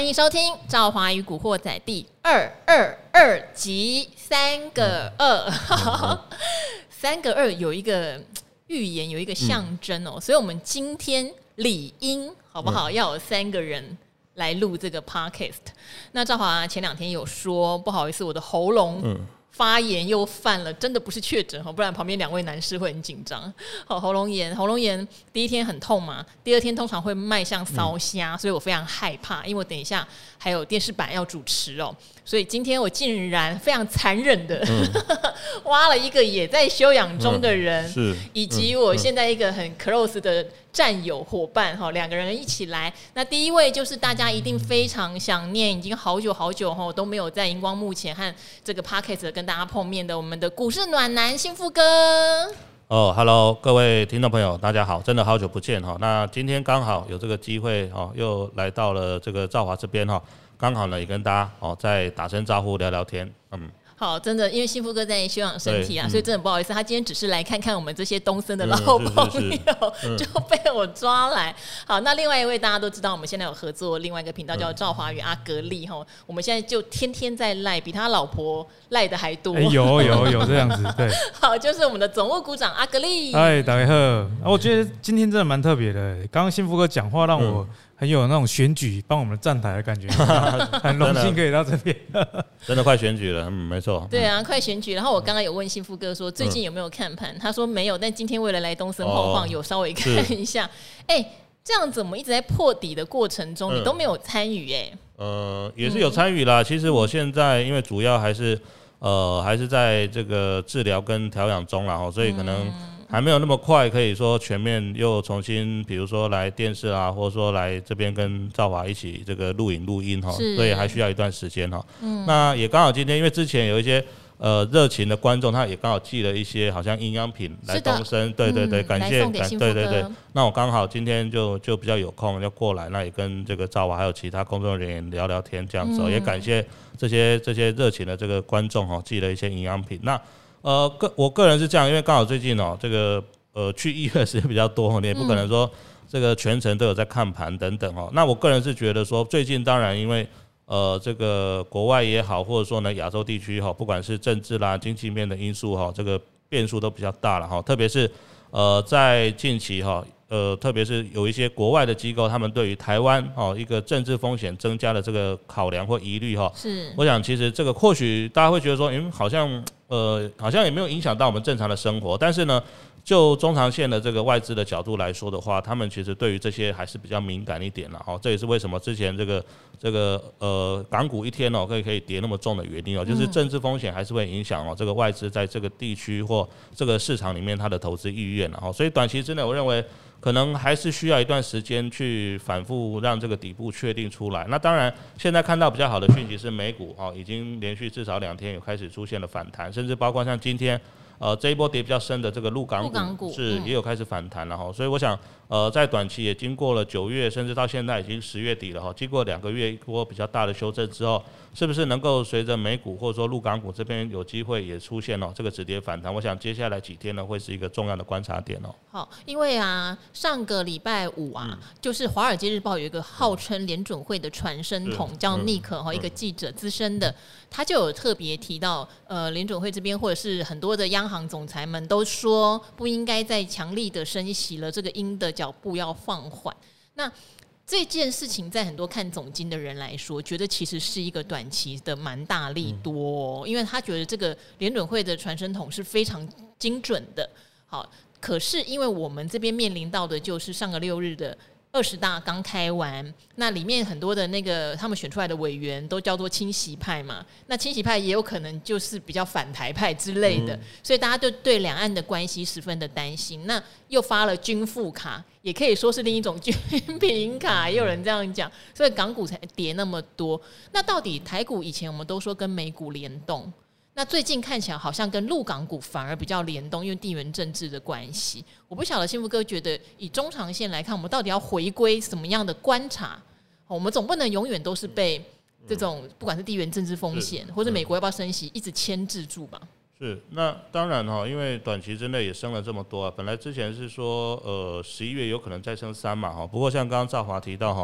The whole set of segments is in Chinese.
欢迎收听《赵华与古惑仔》第222集，3个2，3个2有一个预言，有一个象征哦，所以我们今天理应好不好？要有3个人来录这个 podcast。那赵华前2天有说，不好意思，我的喉咙发炎又犯了，真的不是确诊，不然旁边2位男士会很紧张。喉咙炎第1天很痛嘛，第2天通常会迈向烧瞎，所以我非常害怕，因为我等一下还有电视版要主持哦，所以今天我竟然非常残忍的挖了一个也在休养中的人，以及我现在一个很 close 的战友伙伴，2个人一起来。那第一位就是大家一定非常想念，已经好久都没有在荧光幕前和这个 podcast 跟大家碰面的我们的股市暖男幸福哥。 Hello， 各位听众朋友，大家好，真的好久不见哈。那今天刚好有这个机会又来到了这个兆华这边刚好呢也跟大家再打声招呼聊聊天。 好，真的，因为幸福哥在休养身体啊，所以真的不好意思，他今天只是来看看我们这些东森的老朋友，就被我抓来。好，那另外一位大家都知道，我们现在有合作另外一个频道叫赵华与阿格力我们现在就天天在赖，比他老婆赖的还多。 有这样子，对。 好，就是我们的总务股长阿格力。 大家好，我觉得今天真的蛮特别的，刚刚幸福哥讲话让我很有那种选举帮我们站台的感觉，很荣幸可以到这边。 真的快选举了，没错。 对啊，快选举。然后我刚刚有问幸福哥说最近有没有看盘，他说没有，但今天为了来东森晃晃，有稍微看一下。这样子我们一直在破底的过程中，你都没有参与也是有参与啦。其实我现在因为主要还是在这个治疗跟调养中啦，所以可能还没有那么快可以说全面又重新，比如说来电视啊，或者说来这边跟兆华一起这个录音所以还需要一段时间那也刚好今天，因为之前有一些热情的观众，他也刚好寄了一些好像营养品来东森，对，感谢，对。那我刚好今天就比较有空，要过来，那也跟这个兆华还有其他工作人员聊聊天这样子也感谢这些热情的这个观众寄了一些营养品。那我个人是这样，因为刚好最近这个去医院的时间比较多，你也不可能说这个全程都有在看盘等等那我个人是觉得说，最近当然因为这个国外也好，或者说呢亚洲地区不管是政治啦、经济面的因素这个变数都比较大了特别是在近期特别是有一些国外的机构，他们对于台湾一个政治风险增加的这个考量或疑虑是， 我想其实这个或许大家会觉得说，好像也没有影响到我们正常的生活，但是呢，就中长线的这个外资的角度来说的话，他们其实对于这些还是比较敏感一点了这也是为什么之前这个港股一天可以跌那么重的原因就是政治风险还是会影响这个外资在这个地区或这个市场里面它的投资意愿所以短期之内我认为可能还是需要一段时间去反复让这个底部确定出来。那当然，现在看到比较好的讯息是美股已经连续至少2天有开始出现了反弹，甚至包括像今天这一波跌比较深的这个陆港股也有开始反弹了所以我想在短期也经过了9月，甚至到现在已经10月底了经过2个月一波比较大的修正之后，是不是能够随着美股或者说陆港股这边有机会也出现这个止跌反弹？我想接下来几天呢会是一个重要的观察点好，因为上个礼拜五就是《华尔街日报》有一个号称联准会的传声筒叫 Nick 一个记者资深的，他就有特别提到联准会这边或者是很多的央行总裁们都说不应该再强力的升息了，这个鹰的脚步要放缓。那这件事情在很多看总经的人来说，觉得其实是一个短期的蛮大利多因为他觉得这个联准会的传声筒是非常精准的。好，可是因为我们这边面临到的就是上个6日的20大刚开完，那里面很多的那个他们选出来的委员都叫做清习派嘛，那清习派也有可能就是比较反台派之类的，所以大家就对两岸的关系十分的担心。那又发了军富卡，也可以说是另一种军品卡，也有人这样讲，所以港股才跌那么多。那到底台股以前我们都说跟美股联动，那最近看起来好像跟陆港股反而比较联动，因为地缘政治的关系。我不晓得幸福哥觉得以中长线来看，我们到底要回归什么样的观察？我们总不能永远都是被这种不管是地缘政治风险或者美国要不要升息一直牵制住吧。 是，那当然因为短期之内也升了这么多本来之前是说11月有可能再升3嘛不过像刚刚兆华提到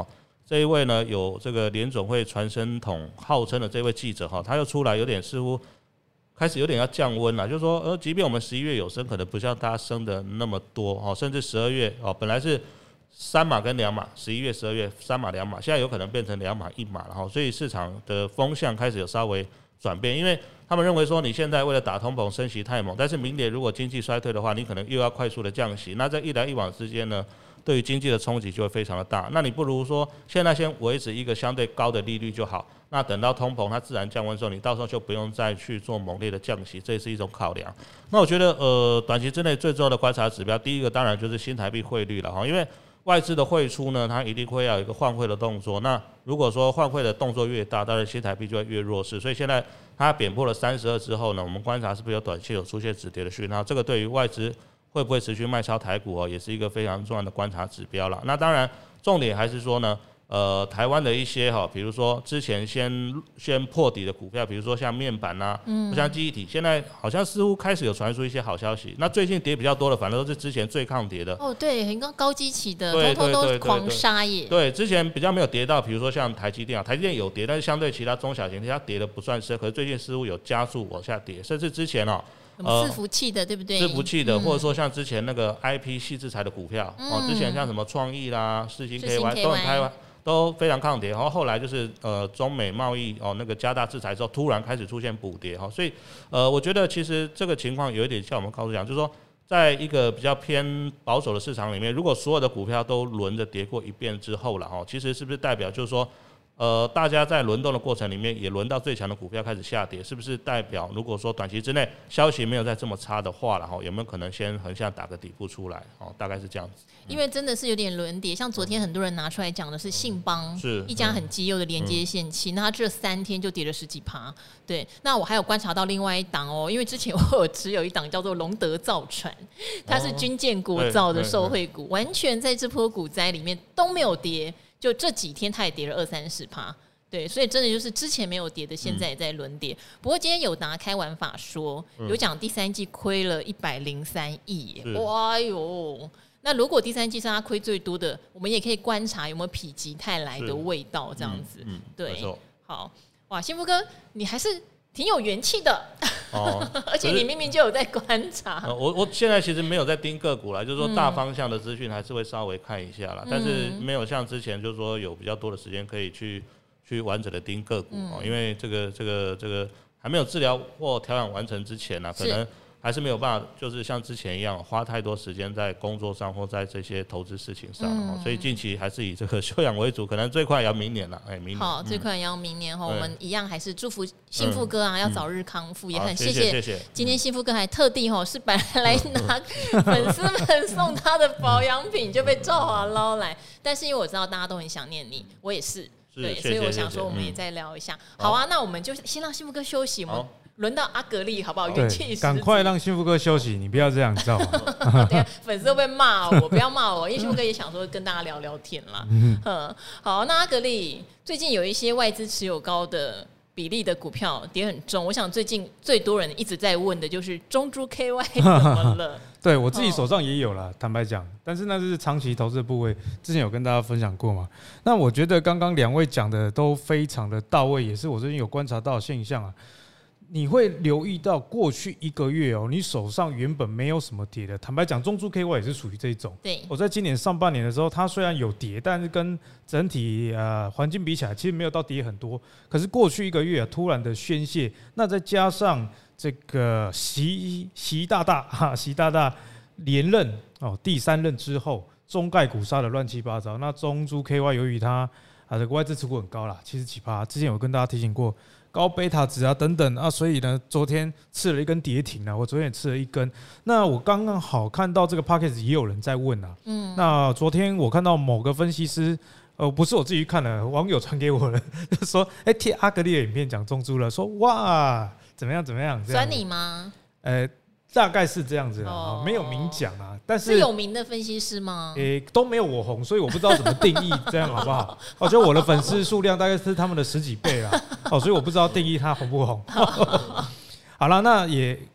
这一位呢有这个联总会传声筒号称的这位记者他又出来有点似乎开始有点要降温了，就是说即便我们11月有升，可能不像大家升的那么多甚至12月本来是3码跟2码，11月、12月3码2码，现在有可能变成2码1码了所以市场的风向开始有稍微转变，因为他们认为说你现在为了打通膨升息太猛，但是明年如果经济衰退的话，你可能又要快速的降息，那这一来一往之间呢，对于经济的冲击就会非常的大。那你不如说现在先维持一个相对高的利率就好，那等到通膨它自然降温之后，你到时候就不用再去做猛烈的降息，这也是一种考量。那我觉得短期之内最重要的观察指标，第一个当然就是新台币汇率了因为外资的汇出呢，它一定会要有一个换汇的动作。那如果说换汇的动作越大，当然新台币就会越弱势。所以现在它贬破了32之后呢，我们观察是不是有短期有出现止跌的讯号。这个对于外资会不会持续卖超台股也是一个非常重要的观察指标了。那当然重点还是说呢，台湾的一些比如说之前先破底的股票，比如说像面板像记忆体，现在好像似乎开始有传出一些好消息。那最近跌比较多的，反正都是之前最抗跌的。 对，很高基期的，通通都狂杀耶。 对，之前比较没有跌到，比如说像台积电台积电有跌，但是相对其他中小型，它跌的不算深，可是最近似乎有加速往下跌，甚至之前伺服器的对不对？ 伺服器的，或者说像之前那个 IP 矽智财的股票之前像什么创意啦、世芯 KY 都很开都非常抗跌，然后后来就是中美贸易那个加大制裁之后，突然开始出现补跌所以我觉得其实这个情况有一点像我们高手讲，就是说在一个比较偏保守的市场里面，如果所有的股票都轮着跌过一遍之后了其实是不是代表就是说大家在轮动的过程里面也轮到最强的股票开始下跌，是不是代表如果说短期之内消息没有再这么差的话了有没有可能先横向打个底部出来大概是这样子。 因为真的是有点轮跌，像昨天很多人拿出来讲的是信邦， 是一家很绩优的连接线器，那它这3天就跌了10几%。对，那我还有观察到另外一档因为之前我有持有一档叫做龙德造船，它是军舰国造的受惠股，完全在这波股灾里面都没有跌。就这几天它也跌了20-30%，对，所以真的就是之前没有跌的，现在也在轮跌。不过今天友达开完法说，有讲第3季亏了103亿，哇哟！那如果第3季是它亏最多的，我们也可以观察有没有否极泰来的味道，这样子。对，好哇，幸福哥，你还是挺有元气的而且你明明就有在观察。 我现在其实没有在盯个股啦，就是说大方向的资讯还是会稍微看一下啦，但是没有像之前就是说有比较多的时间可以去完整的盯个股因为这个还没有治疗或调养完成之前可能还是没有办法，就是像之前一样花太多时间在工作上或在这些投资事情上所以近期还是以这个休养为主，可能最快也要明年了。明年好，最快也要明年我们一样还是祝福幸福哥要早日康复，也很谢谢今天幸福哥还特地是本来来拿粉丝们送他的保养品就被赵华捞来，但是因为我知道大家都很想念你，我也是对，所以我想说我们也再聊一下。好啊，那我们就先让幸福哥休息，我们轮到阿格力好不好？元气十足，赶快让幸福哥休息，你不要这样，知道吗？对，粉丝会不会骂我？不要骂我，因为幸福哥也想说跟大家聊聊天啦。好，那阿格力最近有一些外资持有高的比例的股票跌很重，我想最近最多人一直在问的就是中珠 KY 怎么了？ 对我自己手上也有啦，坦白讲，但是那是长期投资的部位，之前有跟大家分享过嘛。那我觉得刚刚2位讲的都非常的到位，也是我最近有观察到的现象你会留意到过去1个月你手上原本没有什么跌的，坦白讲，中珠 KY 也是属于这一种。 对， 我在今年上半年的时候，它虽然有跌，但是跟整体环境比起来，其实没有到跌很多。可是过去1个月突然的宣泄，那再加上这个习大大连任第3任之后，中概股杀的乱七八糟。那中珠 KY 由于它这个外资持股很高啦，70几%，之前有跟大家提醒过。高贝塔值等等所以呢，昨天吃了一根跌停我昨天也吃了一根。那我刚刚好看到这个 podcast 也有人在问那昨天我看到某个分析师，不是我自己去看的，网友传给我的，就说贴阿格力的影片讲中珠了，说哇怎么样， 酸你吗？ 大概是这样子没有明讲但是有名的分析师吗？ 都没有我红，所以我不知道怎么定义，这样好不好？我觉得我的粉丝数量大概是他们的10几倍啦，所以我不知道定义他红不红。好了，那也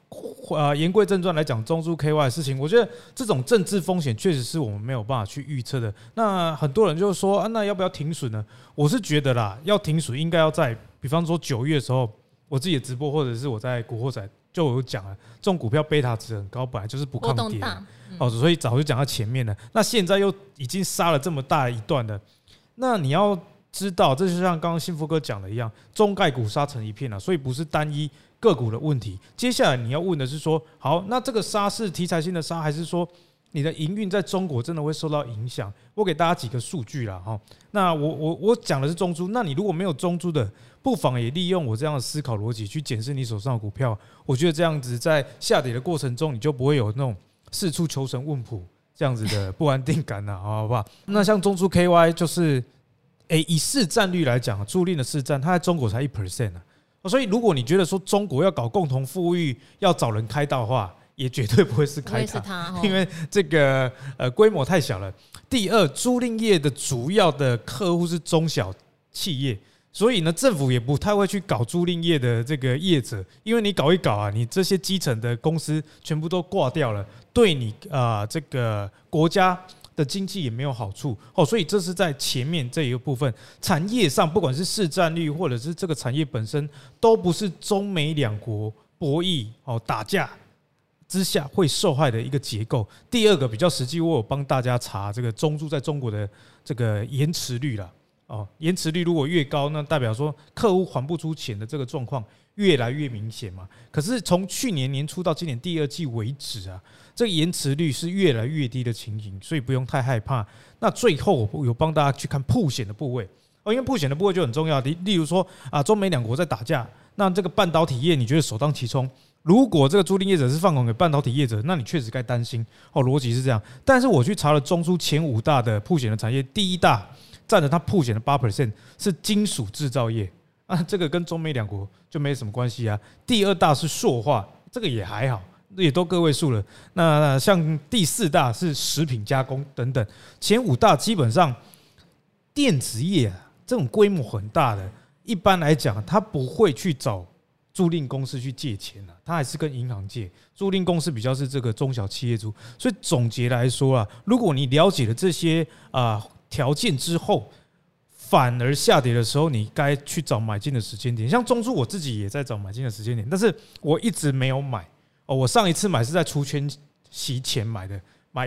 言归正传来讲中租 KY 的事情，我觉得这种政治风险确实是我们没有办法去预测的。那很多人就说啊，那要不要停损呢？我是觉得啦，要停损应该要在比方说9月的时候，我自己的直播或者是我在古惑仔就有讲了，这种股票贝塔值很高，本来就是不抗跌的所以早就讲到前面了。那现在又已经杀了这么大一段了，那你要知道，这就像刚刚幸福哥讲的一样，中概股杀成一片了，所以不是单一个股的问题。接下来你要问的是说，好，那这个杀是题材性的杀，还是说你的营运在中国真的会受到影响？我给大家几个数据啦哈。那我讲的是中租，那你如果没有中租的，不妨也利用我这样的思考逻辑去检视你手上的股票。我觉得这样子在下跌的过程中，你就不会有那种四处求神问卜这样子的不安定感了，好不好？那像中租 KY 就是。以市占率来讲，租赁的市占，它在中国才1%所以如果你觉得说中国要搞共同富裕，要找人开道的话，也绝对不会是开它，因为这个规模太小了。第二，租赁业的主要的客户是中小企业，所以呢，政府也不太会去搞租赁业的这个业者，因为你搞一搞啊，你这些基层的公司全部都挂掉了，对你这个国家的经济也没有好处所以这是在前面这一个部分，产业上不管是市占率或者是这个产业本身，都不是中美两国博弈打架之下会受害的一个结构。第二个比较实际，我有帮大家查这个中租在中国的这个延迟率啦延迟率如果越高，那代表说客户还不出钱的这个状况越来越明显嘛。可是从去年年初到今年第2季为止啊，这个延迟率是越来越低的情形，所以不用太害怕。那最后我有帮大家去看曝险的部位因为曝险的部位就很重要。例如说中美两国在打架，那这个半导体业你觉得首当其冲？如果这个租赁业者是放款给半导体业者，那你确实该担心逻辑是这样。但是我去查了中租前5大的曝险的产业，第1大占了它曝险的8%是金属制造业这个跟中美两国就没什么关系啊。第2大是塑化，这个也还好，也都个位数了。那像第4大是食品加工等等，前5大基本上电子业这种规模很大的，一般来讲他不会去找租赁公司去借钱他还是跟银行借。租赁公司比较是这个中小企业主，所以总结来说如果你了解了这些条件之后，反而下跌的时候，你该去找买进的时间点。像中租我自己也在找买进的时间点，但是我一直没有买我上一次买是在除权息前买的，买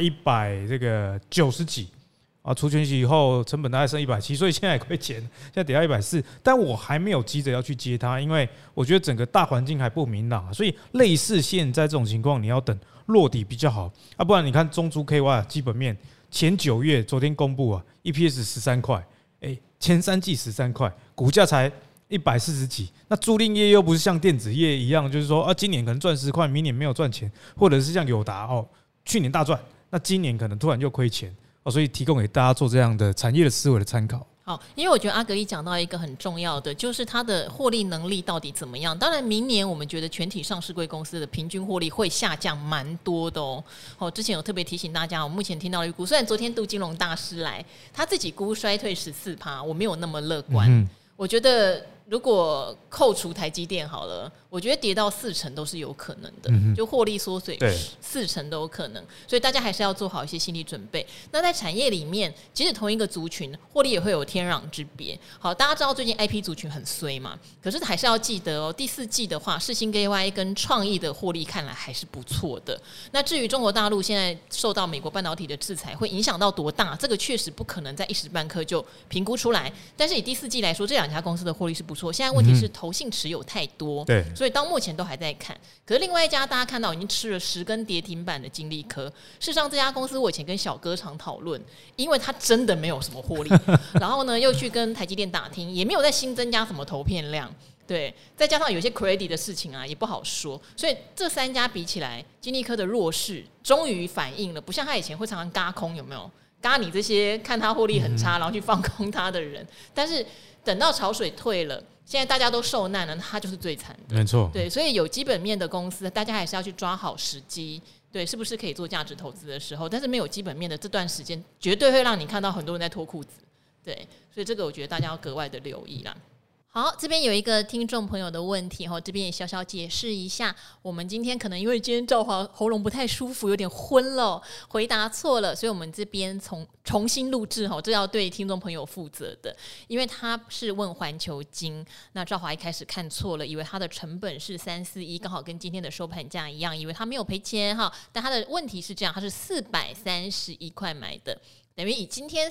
190几除权息以后成本大概剩170，所以现在也亏钱，现在跌到140，但我还没有急着要去接它，因为我觉得整个大环境还不明朗所以类似现在这种情况，你要等落底比较好不然你看中租 KY 基本面前9月昨天公布EPS 13块，前3季13块，股价才140几。那租赁业又不是像电子业一样，就是说今年可能赚10块，明年没有赚钱，或者是像友达去年大赚，那今年可能突然又亏钱所以提供给大家做这样的产业的思维的参考。 好，因为我觉得阿格力讲到一个很重要的，就是它的获利能力到底怎么样。当然，明年我们觉得全体上市柜公司的平均获利会下降蛮多的之前有特别提醒大家，我目前听到的预估，虽然昨天杜金龙大师来，他自己估衰退14%，我没有那么乐观。我觉得如果扣除台积电好了，我觉得跌到40%都是有可能的，就获利缩水40%都有可能，所以大家还是要做好一些心理准备。那在产业里面，即使同一个族群，获利也会有天壤之别。好，大家知道最近 IP 族群很衰嘛，可是还是要记得第4季的话，世芯 KY 跟创意的获利看来还是不错的。那至于中国大陆现在受到美国半导体的制裁，会影响到多大？这个确实不可能在一时半刻就评估出来。但是以第4季来说，这2家公司的获利是不错。现在问题是投信持有太多，所以到目前都还在看。可是另外一家大家看到已经吃了10根跌停板的金利科，事实上这家公司我以前跟小哥常讨论，因为它真的没有什么获利，然后呢又去跟台积电打听，也没有再新增加什么投片量，再加上有些 credit 的事情也不好说，所以这3家比起来，金利科的弱势终于反映了，不像他以前会常常嘎空，有没有？嘎你这些看他获利很差，然后去放空他的人，但是等到潮水退了，现在大家都受难了，他就是最惨的， 没错。 对，所以有基本面的公司，大家还是要去抓好时机，是不是可以做价值投资的时候？但是没有基本面的这段时间，绝对会让你看到很多人在脱裤子，所以这个我觉得大家要格外的留意啦。 好，这边有一个听众朋友的问题这边也小小解释一下。我们今天可能因为今天兆华喉咙不太舒服，有点昏了，回答错了，所以我们这边重新录制这要对听众朋友负责的。因为他是问环球金，那兆华一开始看错了，以为他的成本是341，刚好跟今天的收盘价一样，以为他没有赔钱但他的问题是这样，他是431块买的。等于以今天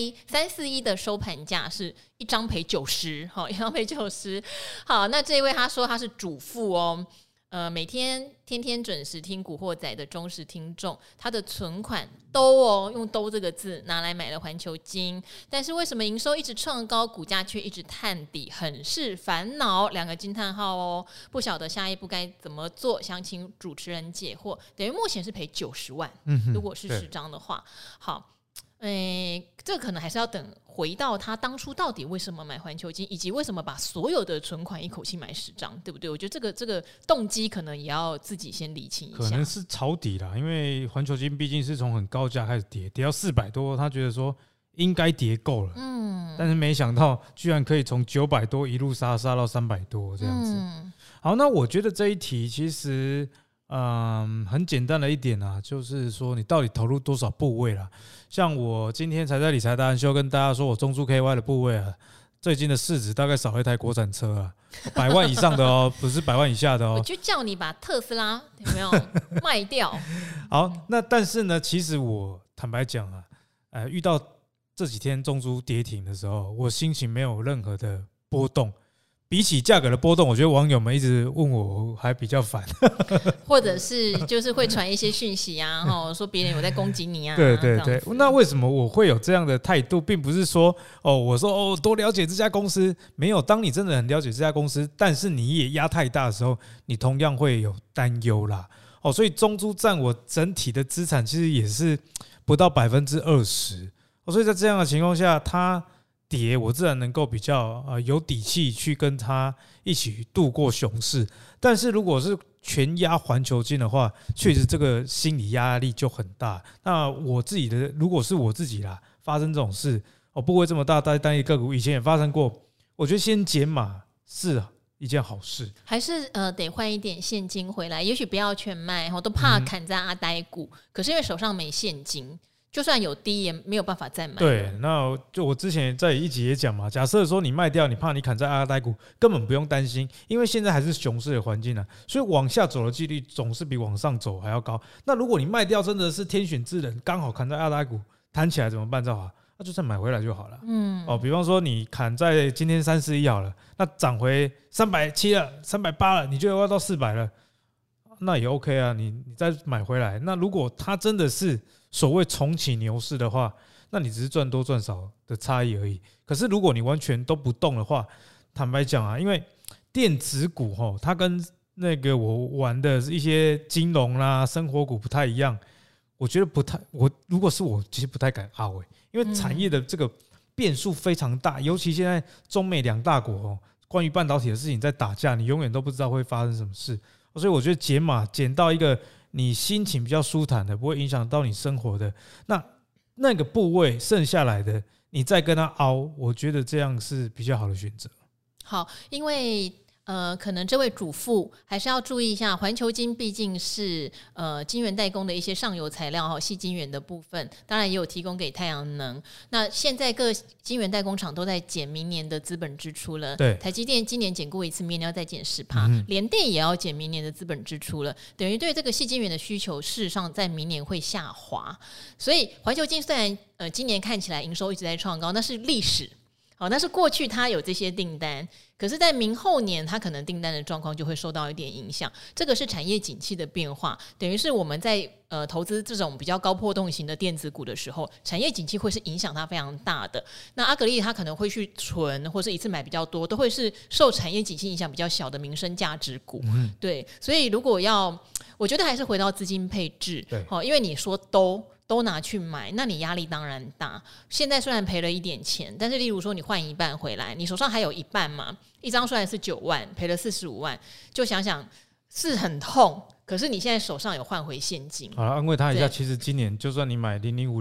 341的收盘价是一张赔90，一张赔90。好，那这一位他说他是主妇每天准时听古惑仔的忠实听众，他的存款都用都这个字拿来买了环球金，但是为什么营收一直创高，股价却一直探底，很是烦恼，2个惊叹号不晓得下一步该怎么做，想请主持人解惑。等于目前是赔90万，如果是10张的话，好。这可能还是要等回到他当初到底为什么买环球金，以及为什么把所有的存款一口气买10张，对不对？我觉得这个动机可能也要自己先理清一下。 可能是抄底啦，因为环球金毕竟是从很高价开始跌到400多，他觉得说应该跌够了，但是没想到居然可以从900多一路杀到300多这样子。好，那我觉得这一题其实很简单的一点就是说你到底投入多少部位啦。像我今天才在理财达人秀跟大家说，我中租 KY 的部位最近的市值大概少了一台国产车100万以上的不是100万以下的我就叫你把特斯拉有没有卖掉。 好，那但是呢，其实我坦白讲遇到这几天中租跌停的时候，我心情没有任何的波动。比起价格的波动，我觉得网友们一直问我还比较烦， 或者是就是会传一些讯息说别人有在攻击你对对对，那为什么我会有这样的态度，并不是说我说多了解这家公司，没有。当你真的很了解这家公司，但是你也压太大的时候，你同样会有担忧啦。所以中租占我整体的资产其实也是不到20%，所以在这样的情况下，它跌我自然能够比较有底气去跟他一起度过熊市。但是如果是全压环球金的话，确实这个心理压力就很大。那我自己的，如果是我自己啦，发生这种事不会这么大单一个股，以前也发生过，我觉得先减码是一件好事， 还是得换一点现金回来，也许不要全卖都怕砍在阿呆股，可是因为手上没现金，就算有低也没有办法再买。 对，那就我之前在一集也讲嘛，假设说你卖掉，你怕你砍在阿呆股，根本不用担心，因为现在还是熊市的环境所以往下走的几率总是比往上走还要高。那如果你卖掉真的是天选之人，刚好砍在阿呆股，弹起来怎么办？兆华，那就再买回来就好了。比方说你砍在今天341好了，那涨回370了，380了，你就要到400了，那也 OK 啊，你再买回来。那如果它真的是所谓重启牛市的话，那你只是赚多赚少的差异而已。可是如果你完全都不动的话，坦白讲因为电子股它跟那个我玩的一些金融啦、生活股不太一样，我觉得不太，如果是我其实不太敢凹因为产业的这个变数非常大，尤其现在中美2大国关于半导体的事情在打架，你永远都不知道会发生什么事。所以我觉得减码减到一个你心情比较舒坦的，不会影响到你生活的那个部位，剩下来的你再跟他凹，我觉得这样是比较好的选择。 好，因为可能这位主妇还是要注意一下，环球金毕竟是晶圆代工的一些上游材料矽晶圆的部分，当然也有提供给太阳能。那现在各晶圆代工厂都在减明年的资本支出了， 对， 台积电今年减过一次，明年要再减10%，联电也要减明年的资本支出了，等于对这个矽晶圆的需求事实上在明年会下滑。所以环球金虽然今年看起来营收一直在创高，那是历史。但是过去它有这些订单，可是在明后年它可能订单的状况就会受到一点影响，这个是产业景气的变化，等于是我们在投资这种比较高波动型的电子股的时候，产业景气会是影响它非常大的。那阿格力它可能会去存或是一次买比较多，都会是受产业景气影响比较小的民生价值股。对，所以如果我觉得还是回到资金配置，因为你说都拿去买，那你压力当然大。现在虽然赔了一点钱，但是例如说你换一半回来，你手上还有一半嘛，一张虽然是9万，赔了45万，就想想是很痛，可是你现在手上有换回现金。 好了，安慰他一下，其实今年就算你买0050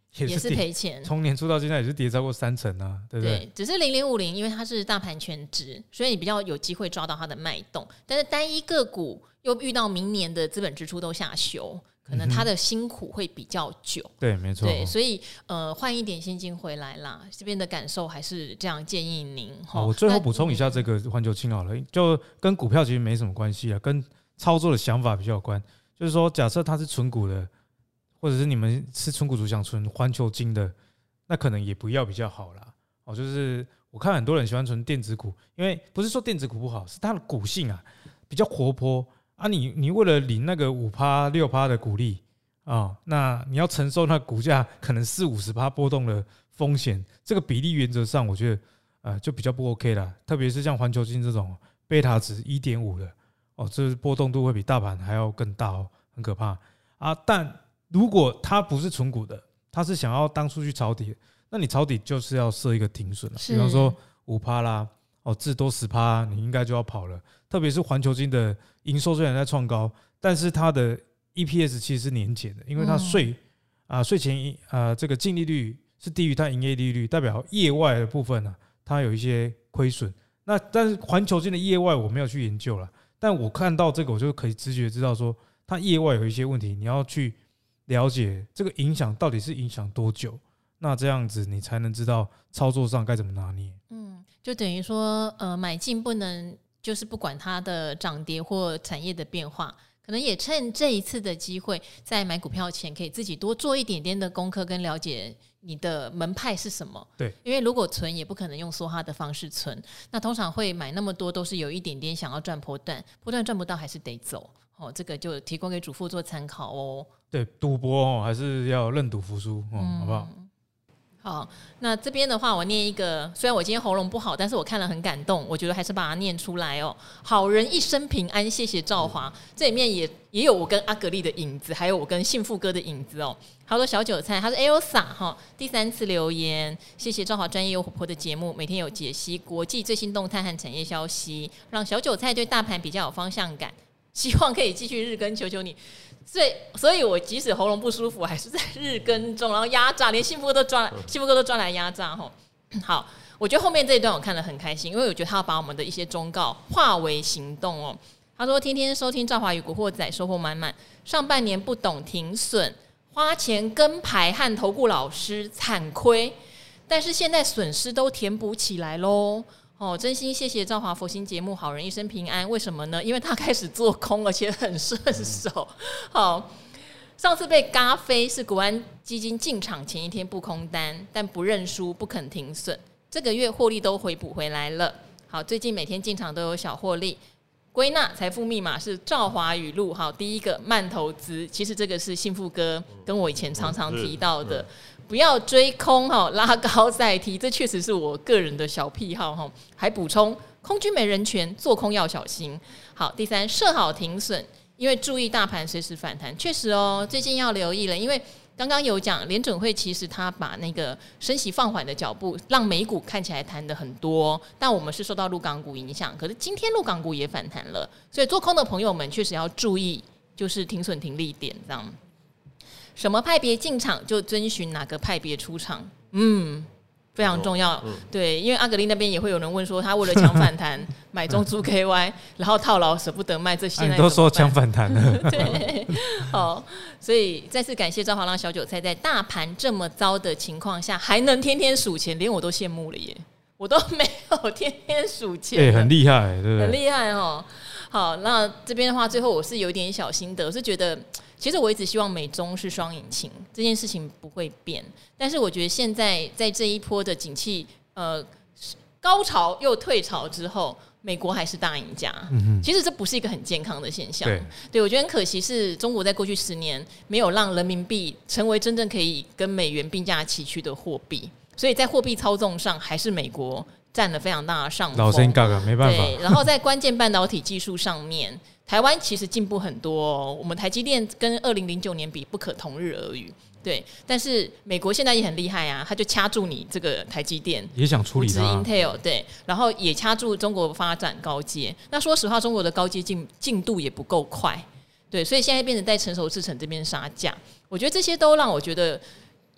也是赔钱， 从年初到现在也是跌超过30%啊，对不对？ 对，只是0050，因为它是大盘全值，所以你比较有机会抓到它的脉动。但是单一个股又遇到明年的资本支出都下修，可能它的辛苦会比较久。 对，没错。 对，所以换一点现金回来啦。这边的感受还是这样建议您。 好，我最后补充一下这个环球金好了，就跟股票其实没什么关系啊，跟操作的想法比较有关。就是说，假设它是存股的，或者是你们是存股族想存环球金的，那可能也不要比较好啦。哦，就是我看很多人喜欢存电子股，因为不是说电子股不好，是它的股性啊比较活泼啊。你为了领那个5%、6%的股利啊，那你要承受那股价可能40-50%波动的风险，这个比例原则上我觉得就比较不 OK 啦。特别是像环球金这种贝塔值1.5的哦，这波动度会比大盘还要更大哦，很可怕啊。但如果它不是存股的，它是想要当初去抄底，那你抄底就是要设一个停损了，比方说5%啦，哦，至多10%，你应该就要跑了。特别是环球金的营收虽然在创高，但是它的 EPS 其实是年减的，因为它税前这个净利率是低于它营业利率，代表业外的部分它有一些亏损。那但是环球金的业外我没有去研究了，但我看到这个我就可以直觉知道说，它业外有一些问题，你要去了解这个影响到底是影响多久，那这样子你才能知道操作上该怎么拿捏。 就等于说买进不能就是不管它的涨跌或产业的变化，可能也趁这一次的机会，在买股票前可以自己多做一点点的功课，跟了解你的门派是什么。 对， 因为如果存也不可能用梭哈的方式存，那通常会买那么多都是有一点点想要赚波段赚不到还是得走。这个就提供给主妇做参考哦。 对，赌博还是要认赌服输，好不好？ 好，那这边的话，我念一个，虽然我今天喉咙不好，但是我看了很感动，我觉得还是把它念出来哦。好人一生平安，谢谢兆华。这里面也有我跟阿格丽的影子，还有我跟幸福哥的影子哦。好多小韭菜，他是 Elsa 哈，第3次留言，谢谢兆华专业又活泼的节目，每天有解析国际最新动态和产业消息，让小韭菜对大盘比较有方向感。希望可以继续日更，求求你。所以我即使喉咙不舒服，还是在日更中，然后压榨，连幸福哥都抓来压榨吼。好，我觉得后面这一段我看得很开心，因为我觉得他要把我们的一些忠告化为行动哦。他说天天收听兆华与古惑仔，收获满满。上半年不懂停损，花钱跟牌和投顾老师惨亏，但是现在损失都填补起来咯。真心谢谢兆华佛心节目，好人一生平安。为什么呢？因为他开始做空，而且很顺手。好，上次被嘎飞是国安基金进场前一天布空单，但不认输，不肯停损。这个月获利都回补回来了。好，最近每天进场都有小获利。归纳财富密码是兆华语录。好，第一个慢投资，其实这个是幸福哥跟我以前常常提到的。不要追空拉高再提，这确实是我个人的小癖好。还补充，空军没人权，做空要小心。好，第三，设好停损，因为注意大盘随时反弹。确实哦，最近要留意了，因为刚刚有讲联准会其实他把那个升息放缓的脚步，让美股看起来弹得很多，但我们是受到陆港股影响。可是今天陆港股也反弹了，所以做空的朋友们确实要注意，就是停损停利点这样。什么派别进场就遵循哪个派别出场，非常重要。对，因为阿格丽那边也会有人问说，他为了抢反弹买中租 KY， 然后套牢舍不得卖，这现在你都说抢反弹了， 对，好，所以再次感谢兆华让小韭菜在大盘这么糟的情况下，还能天天数钱，连我都羡慕了耶，我都没有天天数钱， 很厉害，对不对？ 很厉害哦。好，那这边的话，最后我是有点小心得，我是觉得。其实我一直希望美中是双引擎，这件事情不会变。但是我觉得现在在这一波的景气高潮又退潮之后，美国还是大赢家。其实这不是一个很健康的现象。对，我觉得很可惜是中国在过去10年没有让人民币成为真正可以跟美元并驾齐驱的货币，所以在货币操纵上还是美国占了非常大的上风。 老生嘎嘎没办法。 对，然后在关键半导体技术上面。台湾其实进步很多哦，我们台积电跟2009年比不可同日而语，对。但是美国现在也很厉害啊，他就掐住你这个台积电， 也想处理它 Intel 对，然后也掐住中国发展高阶。那说实话，中国的高阶进度也不够快，对，所以现在变成在成熟制程这边杀价。我觉得这些都让我觉得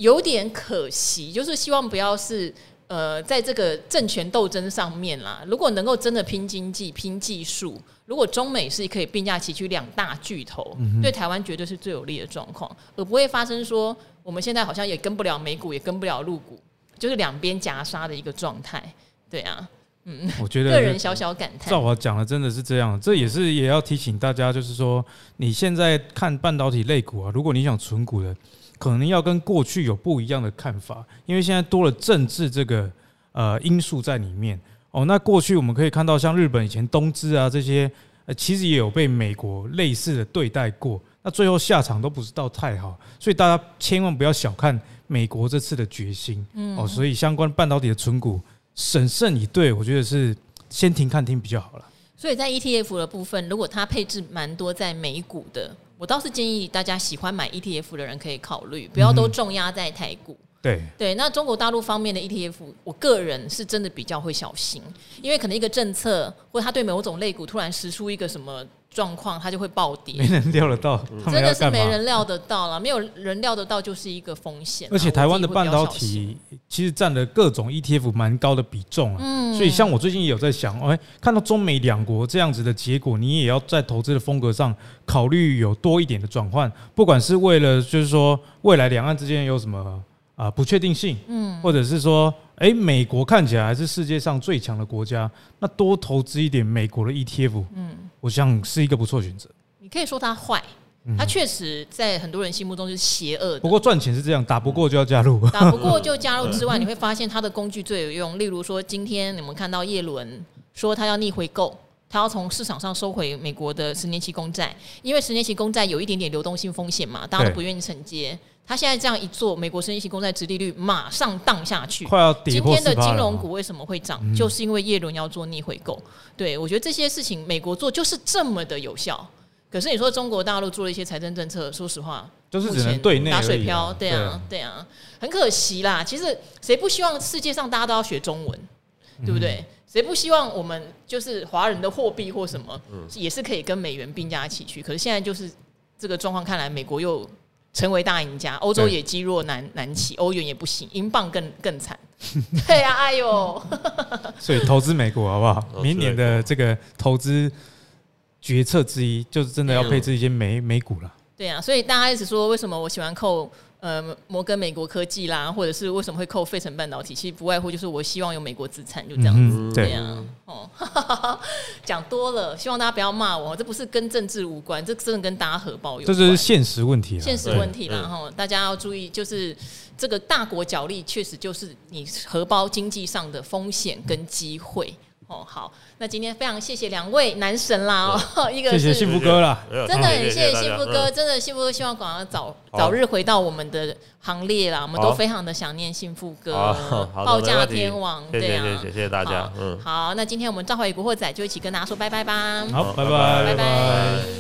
有点可惜，就是希望不要是在这个政权斗争上面啦，如果能够真的拼经济、拼技术，如果中美是可以并驾齐驱两大巨头，对台湾绝对是最有利的状况，而不会发生说我们现在好像也跟不了美股，也跟不了陆股，就是两边夹杀的一个状态。对啊， 我觉得个人小小感叹。 照我讲的真的是这样，这也要提醒大家，就是说你现在看半导体类股啊，如果你想存股的，可能要跟过去有不一样的看法，因为现在多了政治这个因素在里面。那过去我们可以看到，像日本以前东芝啊这些，其实也有被美国类似的对待过，那最后下场都不是到太好，所以大家千万不要小看美国这次的决心。所以相关半导体的存股，审慎以对，我觉得是先听看听比较好了。 所以在 ETF 的部分，如果它配置蛮多在美股的，我倒是建议大家喜欢买 ETF 的人可以考虑，不要都重压在台股。对，那中国大陆方面的 ETF， 我个人是真的比较会小心，因为可能一个政策或者他对某种类股突然实出一个什么状况，它就会暴跌， 没人料得到， 真的是没人料得到啦，没有人料得到就是一个风险。 而且台湾的半导体其实占了各种 ETF 蛮高的比重所以像我最近也有在想，看到中美两国这样子的结果，你也要在投资的风格上考虑有多一点的转换，不管是为了就是说未来两岸之间有什么不确定性，或者是说，美国看起来还是世界上最强的国家，那多投资一点美国的 ETF，我想是一个不错选择。 你可以说它坏，它确实在很多人心目中是邪恶的。 不过赚钱是这样，打不过就要加入， 打不过就加入之外，你会发现它的工具最有用。例如说，今天你们看到叶伦说他要逆回购。他要从市场上收回美国的10年期公债，因为10年期公债有一点点流动性风险嘛，大家都不愿意承接。他现在这样一做，美国10年期公债殖利率马上荡下去， 快要跌破4%了。 今天的金融股为什么会涨？就是因为耶伦要做逆回购。对，我觉得这些事情美国做就是这么的有效。可是你说中国大陆做了一些财政政策，说实话， 就是只能对内打水漂。对啊，很可惜啦。其实谁不希望世界上大家都要学中文，对不对？谁不希望我们就是华人的货币或什么，也是可以跟美元并驾齐驱？可是现在就是这个状况，看来美国又成为大赢家，欧洲也积弱难起，欧元也不行，英镑更惨。对啊，哎呦！ 所以投资美国好不好？明年的这个投资决策之一，就是真的要配置一些美股了。 对啊，所以大家一直说为什么我喜欢扣摩根美国科技啦，或者是为什么会扣费城半导体，其实不外乎就是我希望有美国资产，就这样子。对啊，讲多了，希望大家不要骂我，这不是跟政治无关，这真的跟大家荷包有关， 这就是现实问题啦。 现实问题啦，大家要注意，就是这个大国角力确实就是你荷包经济上的风险跟机会。好，那今天非常谢谢两位男神啦，一个是谢谢幸福哥啦， 真的很谢谢幸福哥，真的幸福哥希望广告早日回到我们的行列啦，我们都非常的想念幸福哥，报价天王，对啊， 谢谢大家， 好，那今天我们召回古惑仔就一起跟大家说拜拜吧， 好，拜拜。